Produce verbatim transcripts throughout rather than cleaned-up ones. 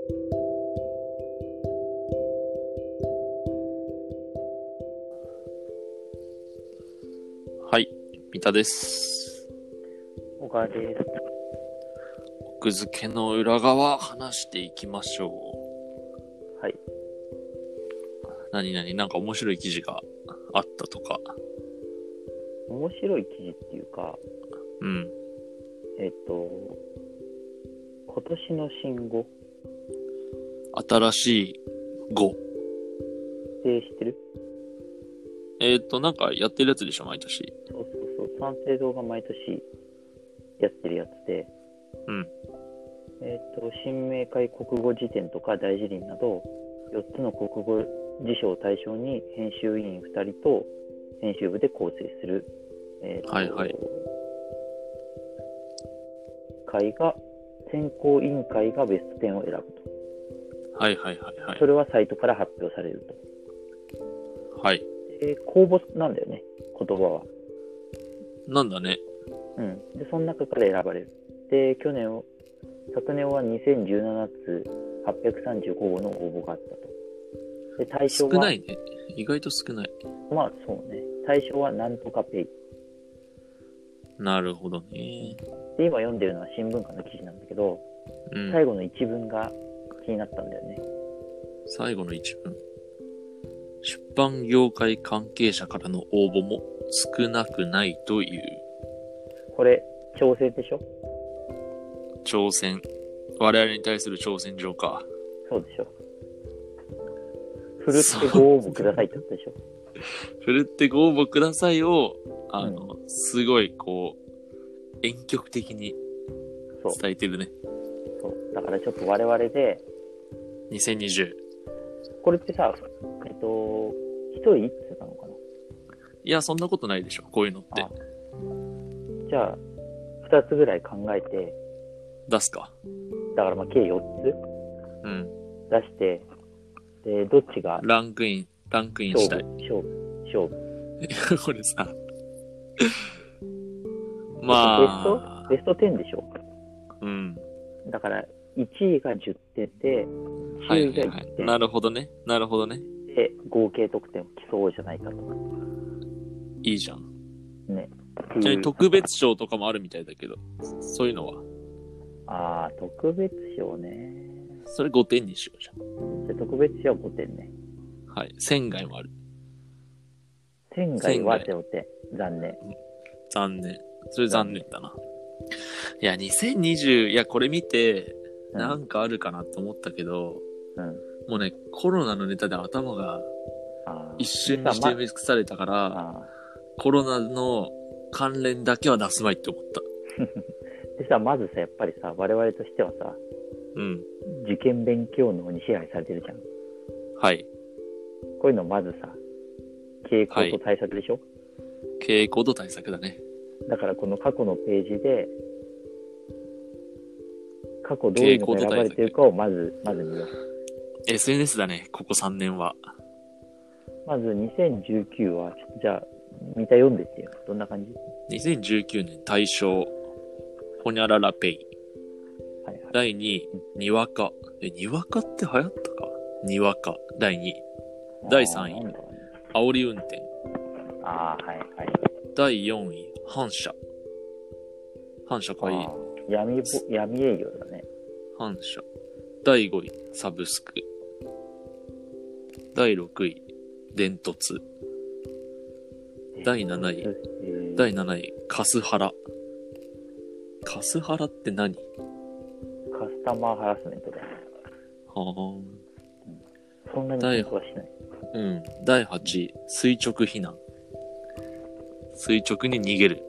はい、三田です。 小川です。 奥付けの裏側話していきましょう。はい。 何々なんか面白い記事があったとか。 面白い記事っていうか、 うん。 えっと、今年の新語新しい語。 って知ってる？ えっと、なんかやってるやつでしょ、毎年。 そうそうそう、三省堂が毎年やってるやつで、 うん。 えっと、新明解国語辞典とか大辞林など、よっつの国語辞書を対象に編集委員ふたりと編集部で構成する、えっと、 はいはい。 会が、選考委員会がベストじゅうを選ぶと。 はいはいはいはい。 それはサイトから発表されると。 はい。 で、公募なんだよね、言葉は。 なんだね。 うん。で、その中から選ばれる。で、去年、昨年はにせんじゅうななつはっぴゃくさんじゅうご号の応募があったと。で、対象は。 少ないね。意外と少ない。 まあ、そうね。対象はなんとかペイ。 なるほどね。 で、今読んでるのは新聞館の記事なんだけど、うん、最後の一文が気になったんだよね。 最後の一文。出版業界関係者からの応募も少なくないという。 これ、挑戦でしょ？ 挑戦。我々に対する挑戦状か。 そうでしょ。ふるってご応募くださいってことでしょ。 ふるってご応募くださいを、あの、うん、すごいこう、婉曲的に伝えてるね。 そう。そうだからちょっと我々で、 にせんにじゅう。 これってさ、えっと、一人一通なのかな？ いや、そんなことないでしょ、こういうのって。 あ、じゃあ、二つぐらい考えて。 出すか。 だからまあ計よっつ？ うん。 出して、で、どっちがランクイン、ランクインしたい。 勝負、勝負。 これさ、まあ、ベスト、ベストじゅうでしょ？ うん。 だから、いちいがじゅってんで、じゅういがいってん。はいはいはい、 なるほどね。なるほどね。 で、合計得点を競おうじゃないかと。 いいじゃん。 ね。 ちなみに特別賞とかもあるみたいだけど、そういうのは？ ああ、特別賞ね。 それごてんにしようじゃん。 じゃ特別賞はごてんね。 はい。仙外もある。 仙外はぜろてん。残念。 残念。それ残念だな。いや、にせんにじゅう、いや、これ見て、なんかあるかなと思ったけど、うん、もうね、コロナのネタで頭が一瞬にして埋め尽くされたから、ま、コロナの関連だけは出すまいって思った。 でさ、まずさ、やっぱりさ、我々としてはさ、うん。受験勉強能に支配されてるじゃん。 はい。 こういうのまずさ、傾向と対策でしょ？はい、 傾向と対策だね。 だからこの過去のページで、過去どういうのが選ばれてるかをまず、まず見よう。 エスエヌエス だね、ここさんねんは。まずにせんじゅうきゅうは、ちょっとじゃあ、見た読んでってよ。どんな感じ？ にせんじゅうきゅうねん大賞、ほにゃららペイ。はいはい、だいにい、にわか。え、にわかって流行ったか？にわか。だいにい。だいさんい、煽り運転。 ああ、はいはい。 だいよんい、反社。反社かいい。 闇ぼ、闇営業だね。 反社。だいごい、サブスク。だいろくい、電突。だいなない、だいなない、カスハラ。カスハラって何？ カスタマーハラスメントだよ。 はぁ、うん。 そんなに緊張はしない。 うん。だいはちい、垂直避難。垂直に逃げる。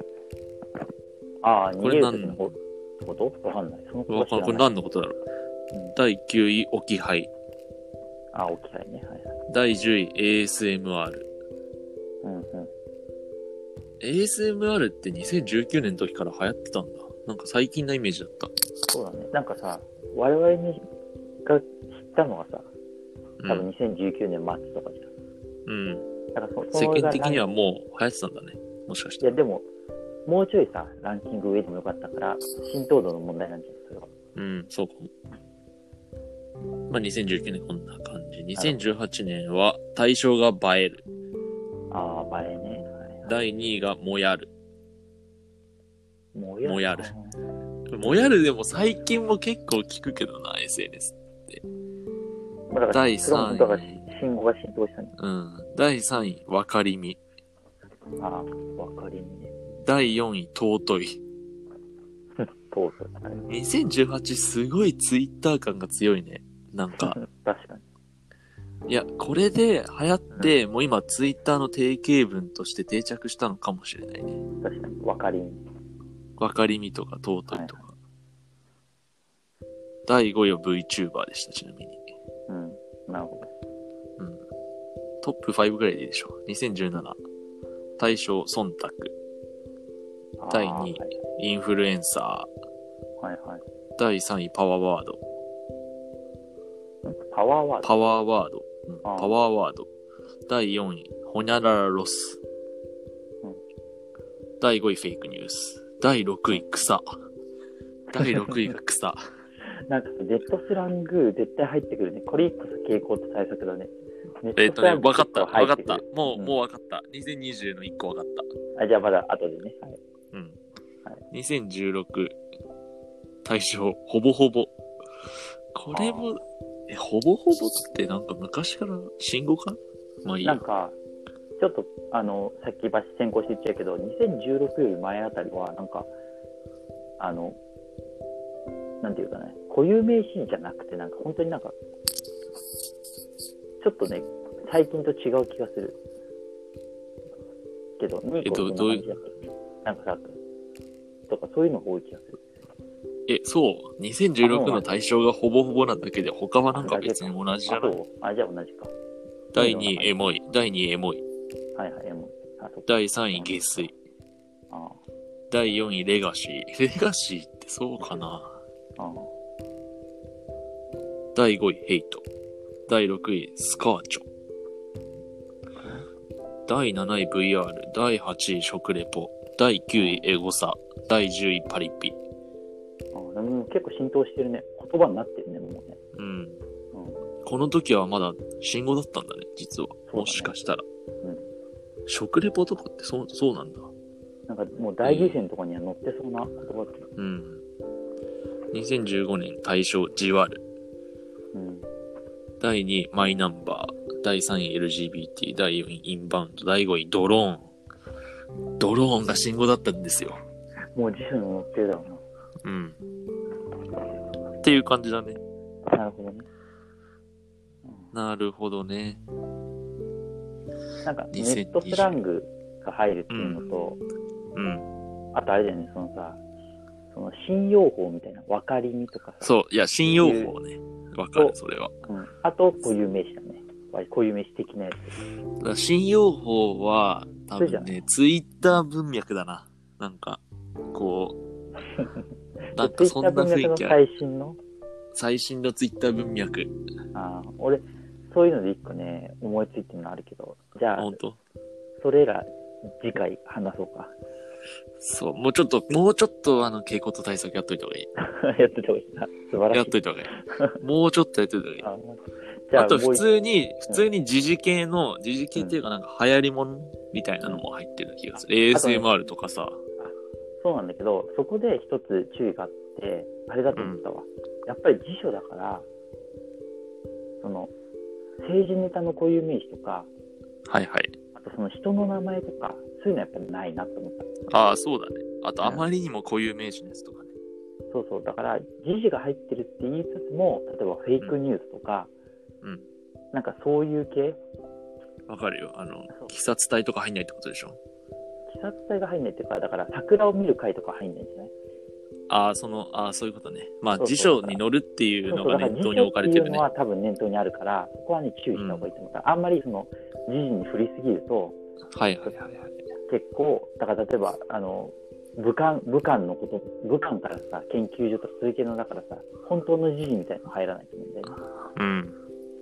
ああ、逃げる時のことわかんない。そのことは知らない。 これ何のことだろう。うん、だいきゅうい、置き配。 あ、置き配ね。はいはい。 だいじゅうい、エーエスエムアール。うんうん。エーエスエムアール ってにせんじゅうきゅうねんの時から流行ってたんだ。なんか最近なイメージだった。 そうだね。なんかさ、我々にが知ったのはさ、多分にせんじゅうきゅうねん末とかじゃん。うん。だからそ世間的にはもう流行ってたんだね。もしかして。 いやでも、もうちょいさ、ランキング上でもよかったから、浸透度の問題なんじゃないそれは。 うん、そうかも。 まあ、にせんじゅうきゅうねんこんな感じ。にせんじゅうはちねんは対象が映える。 ああ、映えね。はいはい、 だいにいがもやる。 もやる。 もやる。もやるでも最近も結構聞くけどな、エスエヌエス って。だいさんい。 だから信号が浸透したね。 うん。だいさんい、わかりみ。 ああ、わかりみね。 だいよんい、尊い。 尊い。 にせんじゅうはちすごいツイッター感が強いね。なんか。 確かに。 いや、これで流行って、うん、もう今ツイッターの定型文として定着したのかもしれないね。 確かに。わかりみ。 わかりみとか尊いとか。はいはい、だいごいは VTuber でした、ちなみに。 うん。なるほど。うん。トップごぐらいでいいでしょう。にせんじゅうなな。大賞忖度。だいにい、はい、インフルエンサー。はいはい。 だいさんい、パワーワード。 パワーワードパワーワード。うん、パワーワード。だいよんい、ほにゃららロス。うん、だいごい、フェイクニュース。だいろくい、草。だいろくいが草。 なんかさ、ネットスラング絶対入ってくるね。これ一個さ、傾向と対策だね。 えっとね、わかった、わかった。もう、うん、もうわかった。にせんにじゅうのいっこわかった。 あ、じゃあまだ後でね。はい。 うん。はい、にせんじゅうろく、対象、ほぼほぼ。これも、え、ほぼほぼってなんか昔から信号か？まあいいや。 なんか、ちょっと、あの、さっき先行して言っちゃうけど、にせんじゅうろくより前あたりは、なんか、あの、なんていうかね、固有名詞じゃなくて、なんか本当になんか、ちょっとね、最近と違う気がする。けど、ニーコはそんな感じだったっけ？なんかさ、とかそういうのが多い気がする。 え、そう。にせんじゅうろくの対象がほぼほぼなだけで、他はなんか別に同じじゃない？ あ、あ、じゃあ同じか。 だいにい、エモい。だいにい、エモい。 はいはい、エモい。 だいさんい、下水。 ああだいよんい、レガシー。レガシーってそうかな？ああだいごい、ヘイト。だいろくい、スカーチョ。だいなない、ブイアール。だいはちい、食レポ。だいきゅうい、エゴサ。だいじゅうい、パリピ。 ああ、でも結構浸透してるね。言葉になってるね、もうね。 うん。うん、この時はまだ信号だったんだね、実は。ね、もしかしたら。うん。食レポとかってそう、そうなんだ。 なんかもう大犠牲のところには載ってそうな言葉って、 うん。にせんじゅうごねん、大賞、じわる。うん。だいにい、マイナンバー。だいさんい、エルジービーティー。だいよんい、インバウンド。だいごい、ドローン。ドローンが信号だったんですよ。 もう辞書にも載ってるだろうな。 うん。っていう感じだね。 なるほどね。 うん、なるほどね。 なんか、ネットスラングが入るっていうのと、うん。うん、あとあれだよね、そのさ、その信用法みたいな、分かりみとかさ。 そう、いや、信用法ね。わかる、それは。 うん。あと、固有名詞だね。固有名詞的なやつ。 だから信用法は、多分ね、ツイッター文脈だな。なんか、こう、なんかそんな雰囲気ある。 最新の最新のツイッター文脈。 ああ、俺、そういうので一個ね、思いついてるのあるけど、じゃあ、 本当？ それら、次回話そうか。 そう、もうちょっと、もうちょっと、あの、傾向と対策やっといた方がいい。 やっといた方がいいな。素晴らしい。 やっといた方がいい。もうちょっとやっといた方がいい。あ, じゃああと、普通に、普通に時事系の、時事系っていうかなんか流行り物みたいなのも入ってる気がする。うん、エーエスエムアール とかさ、ね。 そうなんだけど、そこで一つ注意があって、あれだと思ったわ。うん、やっぱり辞書だから、その、政治ネタの固有名詞とか、 はいはい。 あとその人の名前とか、そういうのやっぱりないなと思った。 ああ、そうだね。あと、あまりにも固有名詞のやつとかね。 うん、そうそう。だから、時事が入ってるって言いつつも、例えばフェイクニュースとか、うん。なんかそういう系わかるよ。あの、鬼殺隊とか入んないってことでしょ？ 鬼殺隊が入んないっていうか、だから桜を見る会とか入んないんじゃない？ ああ、その、ああ、そういうことね。まあ、辞書に載るっていうのが念頭に置かれてるね。 そうそう、だから辞書っていうのは多分念頭にあるから、そこはね、注意した方がいいと思うから、うん、あんまりその、時事に振りすぎると、 はいはいはいはい。 結構、だから例えば、あの、武漢、武漢のこと、武漢からさ、研究所とかそういう系のだからさ、本当の時事みたいなの入らないと思うんだよね。 うん。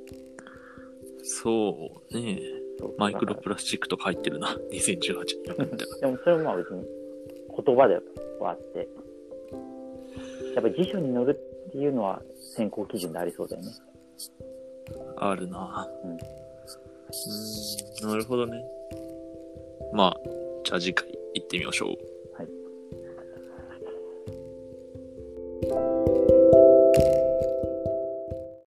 そうね。マイクロプラスチックとか入ってるな。にせんじゅうはちねん。 でもそれもまあ別に言葉ではあって、やっぱり辞書に載るっていうのは選考基準でありそうだよね。 あるな。 うん。 うーん、なるほどね。まあ、じゃあ次回行ってみましょう。 はい。